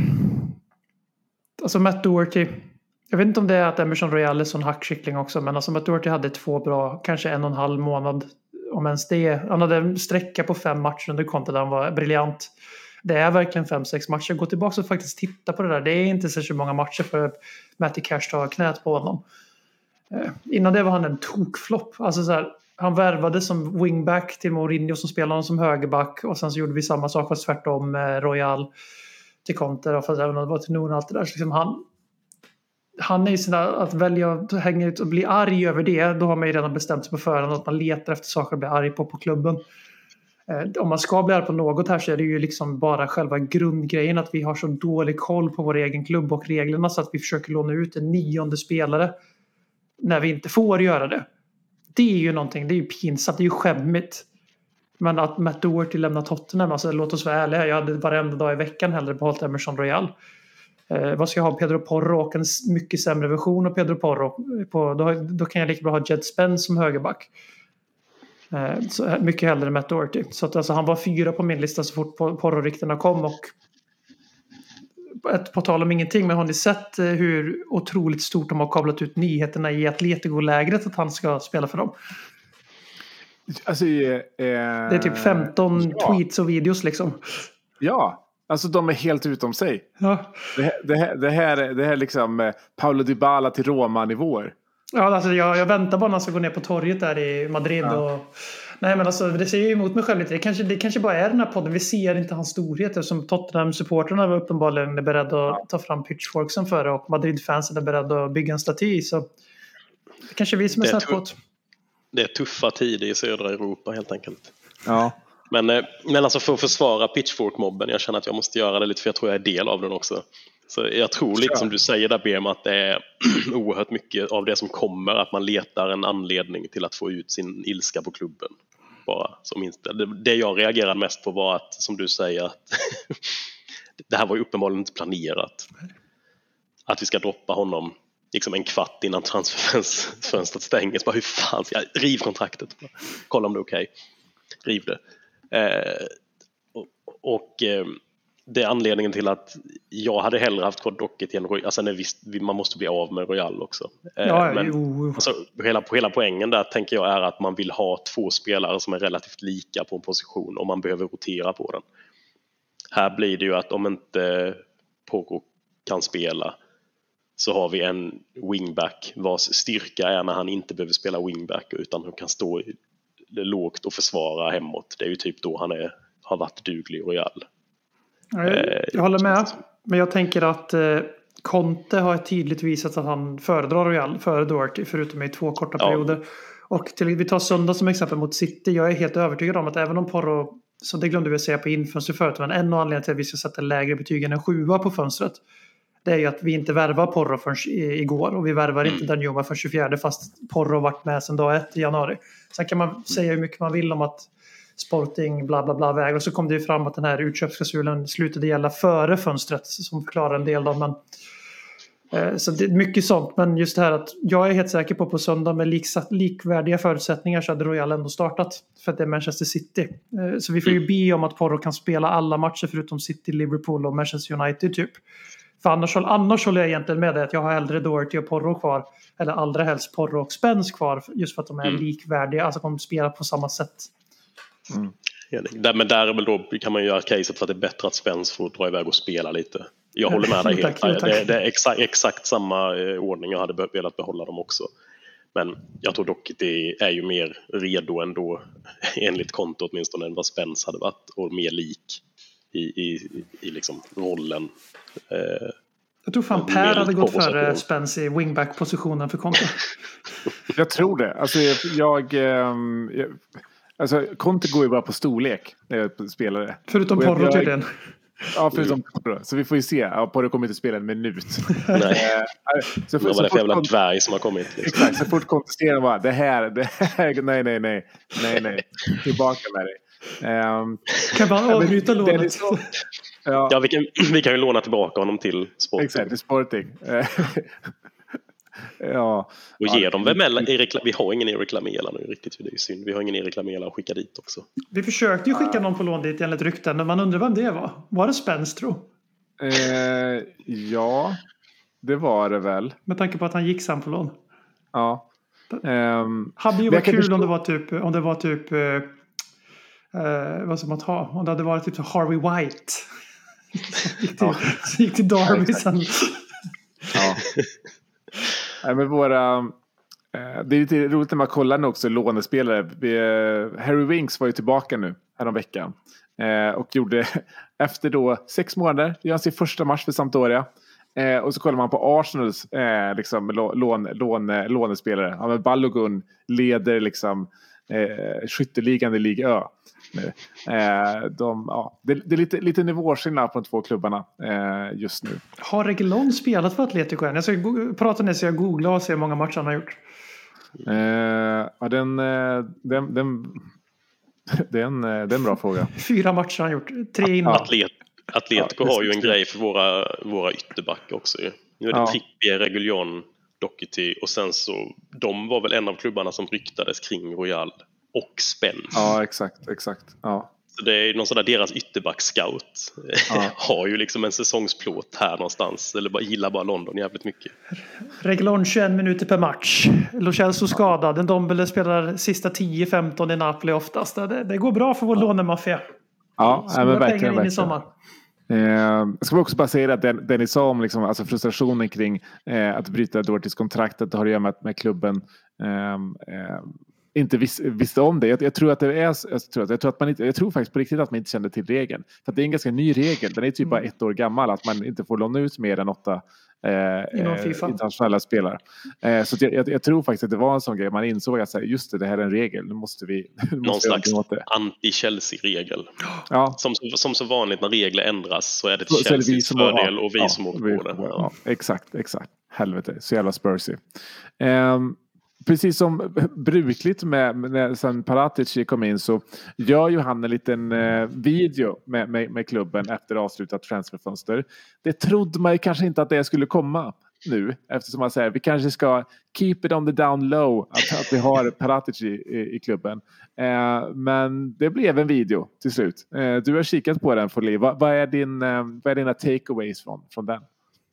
Speaker 5: alltså Matt Doherty. Jag vet inte om det är att Emerson Royal är sån hackkyckling också. Men alltså Matt Doherty hade två bra, kanske en och en halv månad. Om ens det. Han hade en sträcka på fem matcher under kontot där han var briljant. Det är verkligen fem, sex matcher. Gå tillbaka och faktiskt titta på det där. Det är inte så många matcher för Matty Cash tar knät på honom. Eh, innan det var han en tokflopp. Alltså så här, han värvade som wingback till Mourinho som spelade honom som högerback. Och sen så gjorde vi samma sak fast tvärtom med Royal till Conte. Och fast även om det var till Noon och allt det där. Så liksom han, han är ju sina, att välja att hänga ut och bli arg över det. Då har man ju redan bestämt sig på förhand att man letar efter saker att bli arg på på klubben. Om man ska bli arg på något här så är det ju liksom bara själva grundgrejen att vi har så dålig koll på vår egen klubb och reglerna så att vi försöker låna ut en nionde spelare när vi inte får göra det. Det är ju någonting, det är ju pinsamt, det är ju skämmigt. Men att Matt Doherty lämnar Tottenham, alltså låt oss vara ärliga, jag hade varenda dag i veckan hellre behållit Emerson Royal. Eh, vad ska jag ha? Pedro Porro och en mycket sämre version av Pedro Porro. På, då, då kan jag lika bra ha Jed Spence som högerback. Så mycket hellre än Matt Doherty. Så att alltså, han var fyra på min lista så fort porrorikterna kom. Och ett, på tal om ingenting, men har ni sett hur otroligt stort de har kablat ut nyheterna i Atletico-lägret att han ska spela för dem?
Speaker 4: Alltså, eh,
Speaker 5: det är typ femton ja. tweets och videos liksom.
Speaker 4: Ja, alltså de är helt utom sig.
Speaker 5: Ja.
Speaker 4: Det, det, det här är det här liksom Paulo Dybala till Roma-nivåer.
Speaker 5: Ja, alltså jag, jag väntar bara när han ska gå ner på torget där i Madrid. Ja. Och, nej, men alltså det ser ju emot mig själv lite. Det kanske, det kanske bara är den här podden. Vi ser inte hans storhet. Som Tottenham-supporterna var uppenbarligen beredda att ja. ta fram pitchforksen för det. Och Madrid-fansen är beredda att bygga en staty. Så det kanske vi som är snett på det.
Speaker 6: Det är tuffa tider i södra Europa helt enkelt.
Speaker 4: Ja.
Speaker 6: Men, men alltså för att försvara pitchfork-mobben, jag känner att jag måste göra det lite för jag tror jag är del av den också. Så jag tror lite som du säger där B M att det är oerhört mycket av det som kommer att man letar en anledning till att få ut sin ilska på klubben. Bara som inte. Det, det jag reagerade mest på var att, som du säger, att det här var ju uppenbarligen inte planerat. Att vi ska droppa honom liksom en kvart innan transferfönstret stängs. Bara hur fan ska jag riv kontraktet? Kolla om det är okej. Okay. Riv det. Eh, och... och eh, det är anledningen till att jag hade hellre haft kvar Docket igen. Alltså när vi, man måste bli av med Royal också.
Speaker 5: Ja,
Speaker 6: men alltså, hela, hela poängen där tänker jag är att man vill ha två spelare som är relativt lika på en position och man behöver rotera på den. Här blir det ju att om inte Porro kan spela så har vi en wingback vars styrka är när han inte behöver spela wingback utan han kan stå lågt och försvara hemåt. Det är ju typ då han är, har varit duglig i Royal.
Speaker 5: Jag, jag håller med, men jag tänker att eh, Conte har tydligt visat att han föredrar Royal före Doherty förutom i två korta ja. perioder. Och till, vi tar söndag som exempel mot City. Jag är helt övertygad om att även om Porro, så det glömde vi säga på infönstret förut, men en och anledning till att vi ska sätta lägre betyg än en sjua på fönstret, det är ju att vi inte värvar Porro förrän igår och vi värvar inte Danjuma förrän tjugofjärde fast Porro varit med sedan dag ett i januari. Sen kan man säga hur mycket man vill om att Sporting bla bla bla väg och så kom det ju fram att den här utköpsklausulen slutade gälla före fönstret som förklarar en del då, men eh, så det är mycket sånt, men just det här att jag är helt säker på på söndag med lik, likvärdiga förutsättningar så hade Royal ändå startat för att det är Manchester City, eh, så vi får ju be om att Porro kan spela alla matcher förutom City, Liverpool och Manchester United typ, för annars, annars håller jag egentligen med det att jag har hellre Doherty och Porro kvar, eller allra helst Porro och Spence kvar just för att de är mm. likvärdiga, alltså de spelar på samma sätt.
Speaker 6: Mm. Där, men där väl då kan man göra caset för att det är bättre att Spence får dra iväg och spela lite. Jag håller med dig helt.
Speaker 5: tack, tack.
Speaker 6: Det, det är exakt, exakt samma eh, ordning. Jag hade be- velat behålla dem också. Men jag tror dock det är ju mer redo ändå, enligt kontot åtminstone, än vad Spence hade varit. Och mer lik i, i, i liksom rollen. Eh,
Speaker 5: jag tror fan Per hade gått före Spence i wingback-positionen för kontot.
Speaker 4: Jag tror det. Alltså jag... jag, jag alltså Conte går ju bara på storlek när jag spelar.
Speaker 5: Förutom Porro jag, tydligen.
Speaker 4: Ja, förutom Porro. Så vi får ju se. Ja, Porro kommer inte spela en minut.
Speaker 6: Nej.
Speaker 4: så,
Speaker 6: det var
Speaker 4: så
Speaker 6: det för jävla
Speaker 4: Conte,
Speaker 6: dvärg som har kommit. Liksom.
Speaker 4: Exakt, så fort Conte bara, det här, det här, nej, nej, nej, nej, nej. Tillbaka med dig. Um,
Speaker 5: kan man avbryta lånet?
Speaker 6: Ja, ja vi, kan, vi kan ju låna tillbaka honom till Sporting.
Speaker 4: Exakt, till Sporting. Ja.
Speaker 6: Och ge ja, dem väl mellan Erik, vi har ingen Erik Lamela nu riktigt, det är synd. Vi har ingen Erik Lamela att skicka dit också.
Speaker 5: Vi försökte ju skicka någon på lån dit enligt rykten, men man undrar vem det var. Var det Spence, tro?
Speaker 4: Eh, ja, det var det väl.
Speaker 5: Med tanke på att han gick sen på lån.
Speaker 4: Ja. Um,
Speaker 5: hade ju varit kul förstå... om det var typ om det var typ uh, uh, vad som att ha om det hade varit typ så Harvey White. gick till, ja. gick till Derby sen.
Speaker 4: Ja. Nej, men våra, eh, det är lite roligt när man kollar nu också lånespelare. Vi, eh, Harry Winks var ju tillbaka nu här om veckan. Eh, och gjorde efter då sex månader, gör sin första match för Sampdoria. Eh, och så kollar man på Arsenals eh, liksom, lån, lån, lånespelare. Ja, men Balogun leder liksom eh, skytteligan i Liga Ö. Eh, de, ja, det, det är lite, lite nivåskillnad på de två klubbarna eh, just nu.
Speaker 5: Har Reguilón spelat för Atletico än? Jag ska go- prata ner så jag googlar och ser hur många matcher han har gjort.
Speaker 4: Eh, ja, den, den, den, den, det är en bra fråga.
Speaker 5: Fyra matcher har han gjort. Tre innan.
Speaker 6: Atlet, Atletico ja, har ju en grej för våra, våra ytterbackar också. Nu är det ja. Trippier, Reguilón, Doherty och sen så de var väl en av klubbarna som ryktades kring Royal och Spence.
Speaker 4: Ja, exakt, exakt. Ja.
Speaker 6: Så det är någon sån där deras ytterback-scout ja. har ju liksom en säsongsplåt här någonstans. Eller bara, gillar bara London jävligt mycket.
Speaker 5: Reguilón tjugoett minuter per match. Lo Celso skadad. En Dombele spelar sista tio femton i Napoli oftast. Det, det går bra för vår ja. lånemaffia.
Speaker 4: Ja,
Speaker 5: så men verkligen. In i sommar.
Speaker 4: Eh, jag ska också bara säga att den, den ni sa om liksom, alltså frustrationen kring eh, att bryta Dohertys kontraktet har att göra med, med klubben eh, eh, inte vis, visste om det. Jag, jag tror att det är jag tror, att, jag, tror att man inte, jag tror faktiskt på riktigt att man inte kände till regeln. För att det är en ganska ny regel. Den är typ bara ett år gammal att man inte får låna ut mer än åtta eh, internationella spelare. Eh, så jag, jag, jag tror faktiskt att det var en sån grej. Man insåg att just det, det här är en regel. Nu måste vi... Nu
Speaker 6: Någon
Speaker 4: måste
Speaker 6: slags anti-Chelsea-regel.
Speaker 4: Ja.
Speaker 6: Som, som så vanligt när regler ändras så är det till Chelseas fördel och vi ja, som åker på det. Ja.
Speaker 4: Ja, exakt, exakt. Helvete, så jävla Spursy. Um, Precis som brukligt med, med sen Paratici kom in så gör ju han en liten eh, video med, med, med klubben efter avslutat transferfönster. Det trodde man ju kanske inte att det skulle komma nu eftersom man säger vi kanske ska keep it on the down low att, att vi har Paratici i, i klubben. Eh, men det blev en video till slut. Eh, du har kikat på den, Folli. Vad, vad, är din, eh, vad är dina takeaways från, från den?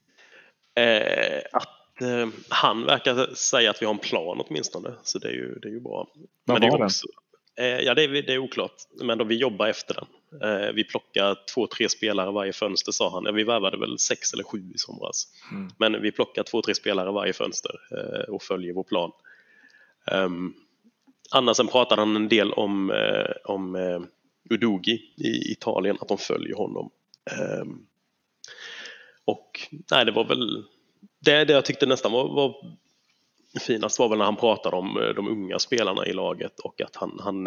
Speaker 6: Eh, att han verkar säga att vi har en plan åtminstone, så det är ju, det är ju bra.
Speaker 4: Vad
Speaker 6: men
Speaker 4: var
Speaker 6: det är också, eh, ja, det är, det är oklart, men då vi jobbar efter den. Eh, vi plockar två, tre spelare varje fönster, sa han. Vi värvade väl sex eller sju i somras. Mm. Men vi plockar två, tre spelare varje fönster eh, och följer vår plan. Um, annars sen pratade han en del om, eh, om eh, Udogi i Italien, att de följer honom. Um, och nej, det var väl Det, det jag tyckte nästan var, var finast var väl när han pratade om de unga spelarna i laget och att han, han,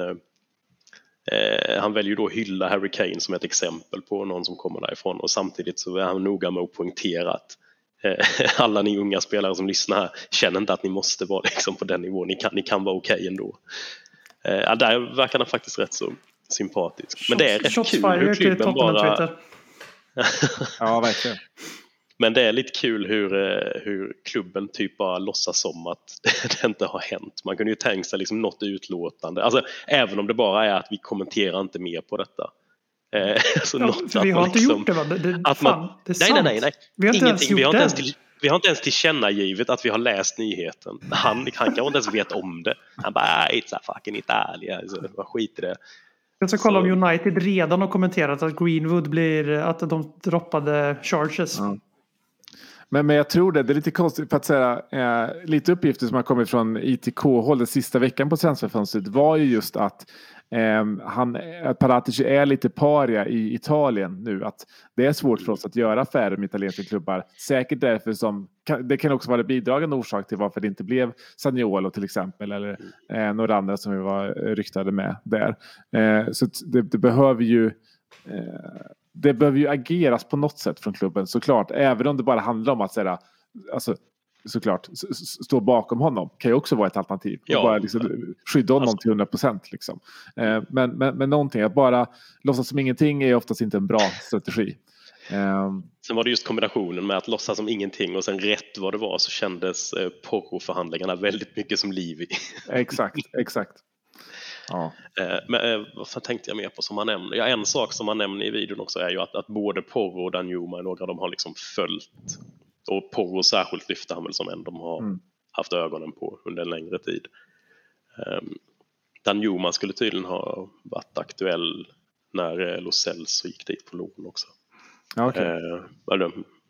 Speaker 6: eh, han väljer då hylla Harry Kane som ett exempel på någon som kommer därifrån och samtidigt så är han noga med att poängtera att eh, alla ni unga spelare som lyssnar här känner inte att ni måste vara liksom på den nivån, ni kan, ni kan vara okej okay ändå. Eh, där verkar han faktiskt rätt så sympatisk. Men det är rätt
Speaker 5: Shots
Speaker 6: kul hur klubben bara...
Speaker 4: Ja, verkligen.
Speaker 6: Men det är lite kul hur, hur klubben typ bara låtsas som att det inte har hänt. Man kunde ju tänka sig liksom något utlåtande. Alltså, även om det bara är att vi kommenterar inte mer på detta. Eh, alltså
Speaker 5: ja,
Speaker 6: något
Speaker 5: vi har
Speaker 6: liksom,
Speaker 5: inte gjort det, va? Det, det,
Speaker 6: att
Speaker 5: fan,
Speaker 6: man,
Speaker 5: det är
Speaker 6: nej,
Speaker 5: sant.
Speaker 6: nej, nej, nej.
Speaker 5: Vi har inte ens gjort
Speaker 6: vi har inte
Speaker 5: det.
Speaker 6: ens till, vi har inte ens tillkännagivet att vi har läst nyheten. Han, han kanske inte ens vet om det. Han bara, it's a fucking Italia. Så, vad skit i det.
Speaker 5: Jag ska kolla så. Om United redan har kommenterat att Greenwood blir, att de droppade charges.
Speaker 4: Ja. Men, men jag tror det, det är lite konstigt för att säga, eh, lite uppgifter som har kommit från I T K-håll den sista veckan på transferfönstret var ju just att eh, han, att Paratici är lite paria i Italien nu. Att det är svårt för oss att göra affärer med italienska klubbar. Säkert därför som, det kan också vara en bidragande orsak till varför det inte blev Zaniolo till exempel. Eller eh, några andra som vi var ryktade med där. Eh, så det, det behöver ju... Eh, det behöver ju ageras på något sätt från klubben såklart. Även om det bara handlar om att säga, alltså, såklart stå bakom honom kan ju också vara ett alternativ. Ja. Bara liksom, skydda honom alltså. Till hundra procent. Liksom. Eh, men, men, men någonting, att bara låtsas som ingenting är oftast inte en bra strategi. Eh.
Speaker 6: Sen var det just kombinationen med att låtsas som ingenting och sen rätt vad det var så kändes eh, Porro-förhandlingarna väldigt mycket som liv i.
Speaker 4: Exakt, exakt. Ja.
Speaker 6: Men eh, vad tänkte jag mer på som han nämner? Ja, en sak som han nämner i videon också är ju att, att både Porro och Danjuma, några av dem har liksom följt, och Porro särskilt lyfter han väl som en de har mm. haft ögonen på under en längre tid. um, Danjuma skulle tydligen ha varit aktuell när eh, Lo Celso gick dit på lån också.
Speaker 4: Okay.
Speaker 6: eh, eller,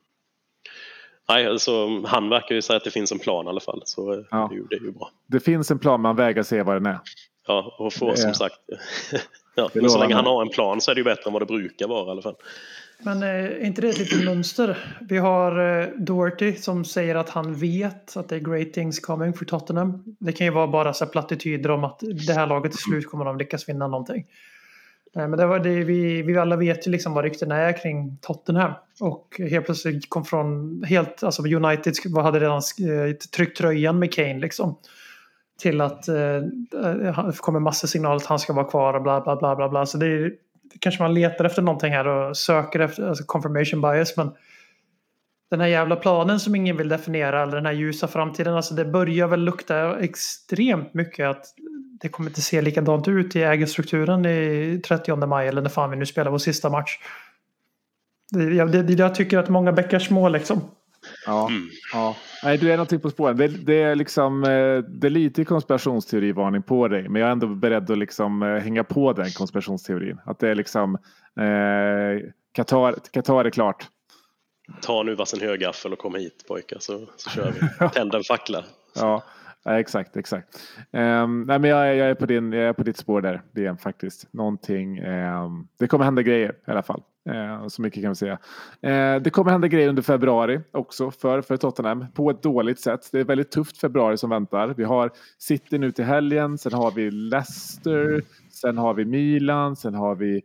Speaker 6: nej, alltså, han verkar ju säga att det finns en plan i alla fall, så ja. det, är ju, det är ju bra.
Speaker 4: Det finns en plan, man väger se vad den är.
Speaker 6: Ja, och få som sagt ja, men så länge han har en plan så är det ju bättre än vad det brukar vara i alla fall.
Speaker 5: Men är inte det ett litet mönster? Vi har eh, Doherty som säger att han vet att det är great things coming för Tottenham. Det kan ju vara bara så plattityder om att det här laget till slut kommer de lyckas vinna någonting. Eh, men det var det, vi, vi alla vet ju liksom vad ryktena är kring Tottenham. Och helt plötsligt kom från helt, alltså United hade redan tryckt tröjan med Kane liksom. Till att eh, det kommer massa signaler att han ska vara kvar och bla bla bla bla bla. Så det är, kanske man letar efter någonting här och söker efter alltså confirmation bias, men den här jävla planen som ingen vill definiera eller den här ljusa framtiden, alltså det börjar väl lukta extremt mycket att det kommer inte se likadant ut i ägarstrukturen i trettionde maj eller när fan vi nu spelar vår sista match. Det, jag, det, jag tycker att många bäckar små liksom.
Speaker 4: Ja, mm. ja. Nej, du är någonting på spåren. Det, det är liksom det är lite konspirationsteorivarning på dig, men jag är ändå beredd att liksom hänga på den konspirationsteorin. Att det är liksom eh, Qatar, Qatar är klart.
Speaker 6: Ta nu varsin högaffel och kom hit pojkar, så, så kör vi. Tänd en fackla.
Speaker 4: Ja, exakt, exakt. Um, nej, men jag, jag, är på din, jag är på ditt spår där, det är faktiskt någonting. Um, det kommer hända grejer i alla fall. Uh, så mycket kan vi säga. Uh, det kommer hända grejer under februari också för, för Tottenham på ett dåligt sätt. Det är väldigt tufft februari som väntar. Vi har City nu till helgen, sen har vi Leicester, sen har vi Milan, sen har vi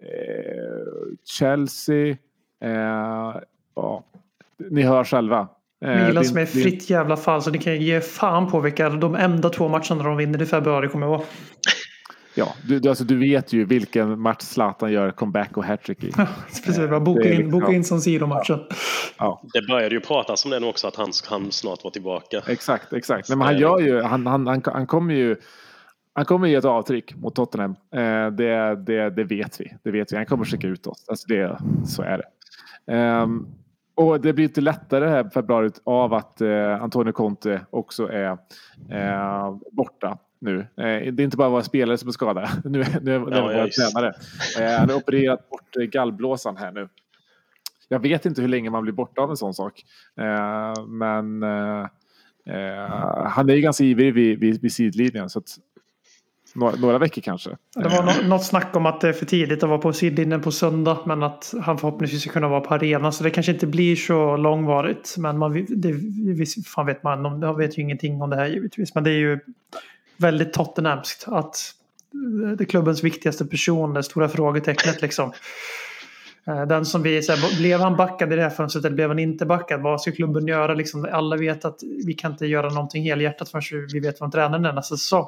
Speaker 4: uh, Chelsea. Uh, ja, ni hör själva.
Speaker 5: Milan som är fritt jävla fall, så ni kan ge fan på vilka de enda två matcherna de vinner i februari kommer att vara.
Speaker 4: Ja, du, alltså, du vet ju vilken match Zlatan gör comeback och hattrick i.
Speaker 5: Precis, bara boka in, boka in som Siro-matchen.
Speaker 6: Ja. Ja. Det började ju pratas om det nu också, att han, han snart var tillbaka.
Speaker 4: Exakt, exakt. Men han gör ju, han, han, han, han kommer ju han kommer ju ett avtryck mot Tottenham. Eh, det, det, det vet vi. Det vet vi. Han kommer skicka ut oss. Alltså det, så är det. Um, Och det blir inte lättare här februari av att eh, Antonio Conte också är eh, borta nu. Eh, det är inte bara våra spelare som är skadade. Nu, nu är det ja, våra tränare. Eh, han har opererat bort gallblåsan här nu. Jag vet inte hur länge man blir borta av en sån sak. Eh, men eh, eh, han är ju ganska ivrig vid, vid, vid sidlinjen. Så att några, några veckor kanske.
Speaker 5: Det var no- något snack om att det är för tidigt att vara på sidlinjen på söndag, men att han förhoppningsvis ska kunna vara på arenan, så det kanske inte blir så långvarigt, men man det, fan vet man, jag vet ju ingenting om det här givetvis, men det är ju väldigt Tottenhamskt att det är klubbens viktigaste person, det stora frågetecknet liksom. Den som vi säger, blev han backad i det här fönstret eller blev han inte backad? Vad ska klubben göra liksom? Alla vet att vi kan inte göra någonting helhjärtat förrän vi vet vad tränaren är nästa säsong.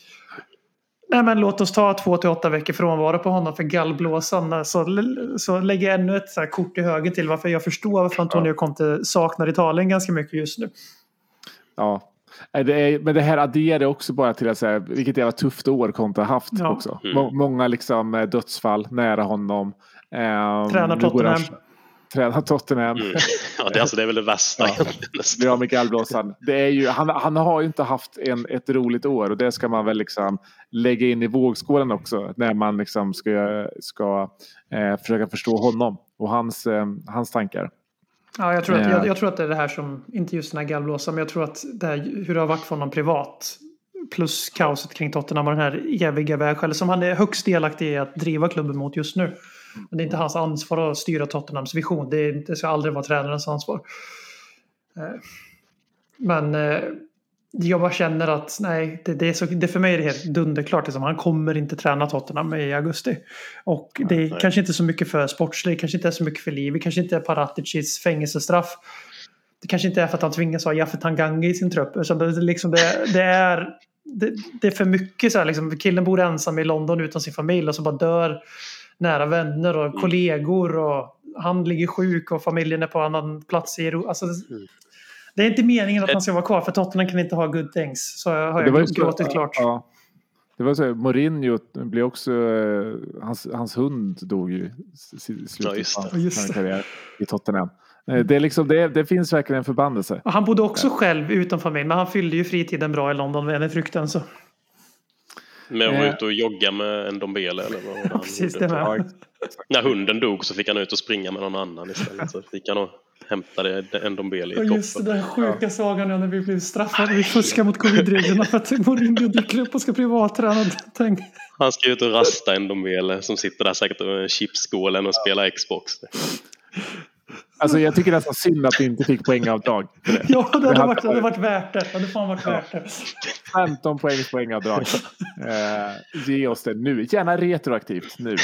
Speaker 5: Nej, men låt oss ta två till åtta veckor frånvaro på honom för gallblåsan. Så, så lägger jag ännu ett så här kort i högen till varför jag förstår varför Antonio Conte saknar Italien ganska mycket just nu.
Speaker 4: Ja, det är, men det här adderar också bara till att säga vilket jävla tufft år Conte har haft ja. också. Mm. Må, många liksom dödsfall nära honom. Um,
Speaker 5: Tränar Tottenham.
Speaker 4: Tränar Tottenham.
Speaker 6: Mm. Ja, det, alltså, det är väl det värsta.
Speaker 4: Ja. Det har Mikael Blåsan. Det är ju, han, han har ju inte haft en, ett roligt år, och det ska man väl liksom lägga in i vågskålen också när man liksom ska, ska eh, försöka förstå honom och hans, eh, hans tankar.
Speaker 5: Ja, jag tror, att, jag, jag tror att det är det här som, inte just den här gallblåsan, men jag tror att det här, hur det har varit för honom privat, plus kaoset kring Tottenham och den här eviga vägskäl som han är högst delaktig i att driva klubben mot just nu. Men det är inte hans ansvar att styra Tottenhams vision. Det, är, det ska aldrig vara tränarens ansvar. Men jag bara känner att nej, det, det, är så, det för mig är det helt dunderklart. Liksom. Han kommer inte träna Tottenham i augusti. Och det är nej. kanske inte så mycket för sportslig, kanske inte är så mycket för liv, kanske inte är Paraticis fängelsestraff. Det kanske inte är för att han tvingas ha Jaffe Tanganga i sin trupp. Utan det, liksom det, det, är, det, det är för mycket så här. Liksom, killen bor ensam i London utan sin familj och så bara dör nära vänner och mm. kollegor. Och han ligger sjuk och familjen är på annan plats i Europa. Alltså, mm. Det är inte meningen att han ska vara kvar för Tottenham kan inte ha good things. Så har jag gråtit klart. Ja.
Speaker 4: Det var så, Mourinho blev också, hans, hans hund dog ju i slutet
Speaker 6: ja, just det.
Speaker 4: av sin karriär i Tottenham. Det, är liksom, det, det finns verkligen en förbannelse.
Speaker 5: Och han bodde också ja. själv utan familj, men han fyllde ju fritiden bra i London med enligt rykten. Så.
Speaker 6: Men han var ute och jogga med en Dombele eller vad
Speaker 5: ja, precis det med.
Speaker 6: När hunden dog så fick han ut och springa med någon annan istället. Så fick han och hämtade en Dombele i toppen.
Speaker 5: Och just det där sjuka ja. sagan när vi blev straffade. Vi fuskar mot covid-reglerna för att Mourinho dyker upp och ska privatträna.
Speaker 6: Han ska ut och rasta en Dombele som sitter där säkert över chipsskålen och spelar Xbox.
Speaker 4: Alltså jag tycker nästan synd att vi inte fick poängavdrag.
Speaker 5: Ja, det hade, varit, det hade varit värt det. Det hade fan varit ja. värt det.
Speaker 4: femton poängs poängavdrag. Eh, ge oss det nu. Gärna retroaktivt nu.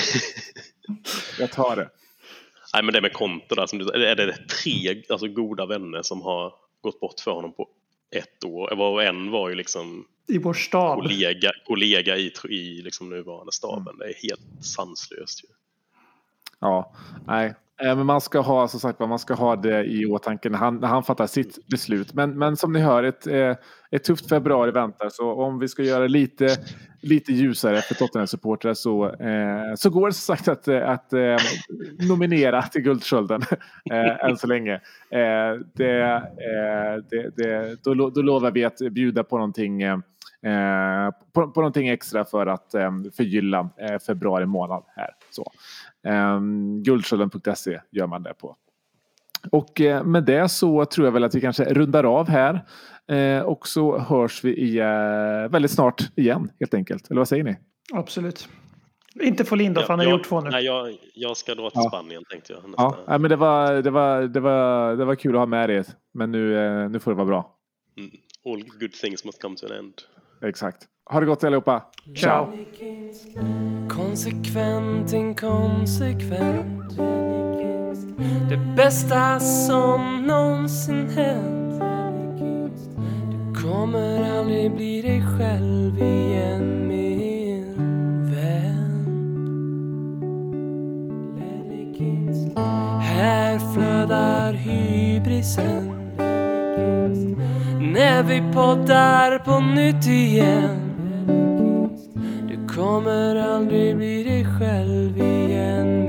Speaker 4: Jag tar det.
Speaker 6: Nej, men det med konto där, som du, är det tre alltså, goda vänner som har gått bort för honom på ett år? Och en var ju liksom
Speaker 5: i vår stab.
Speaker 6: kollega, kollega i, i liksom nuvarande staben. Mm. Det är helt sanslöst ju.
Speaker 4: Ja, nej. Men man ska ha, som sagt, man ska ha det i åtanke när han, när han fattar sitt beslut. Men, men som ni hör, ett, ett tufft februari väntar. Så om vi ska göra lite, lite ljusare för Tottenham-supportrar så, eh, så går det som sagt att, att eh, nominera till Guldskölden eh, än så länge. Eh, det, eh, det, det, då, då lovar vi att bjuda på någonting, eh, på, på någonting extra för att eh, förgylla eh, februari månad här. Så. Um, guldskölden punkt se gör man det på. Och eh, med det så tror jag väl att vi kanske rundar av här eh, och så hörs vi i, eh, väldigt snart igen helt enkelt. Eller vad säger ni?
Speaker 5: Absolut. Inte få Linda, för han har
Speaker 6: jag,
Speaker 5: gjort två nu.
Speaker 6: Nej, jag, jag ska dra till
Speaker 4: ja.
Speaker 6: Spanien tänkte jag.
Speaker 4: Nästa. Ja, men det var, det, var, det, var, det var kul att ha med det. Men nu, eh, nu får det vara bra.
Speaker 6: Mm. All good things must come to an end.
Speaker 4: Exakt. Ha det gott allihopa. Ciao.
Speaker 3: Konsekvent, inkonsekvent. Det bästa som någonsin hänt. Du kommer aldrig bli dig själv igen, min vän. Här flödar hybrisen när vi poddar på nytt igen. Du kommer aldrig bli dig själv igen.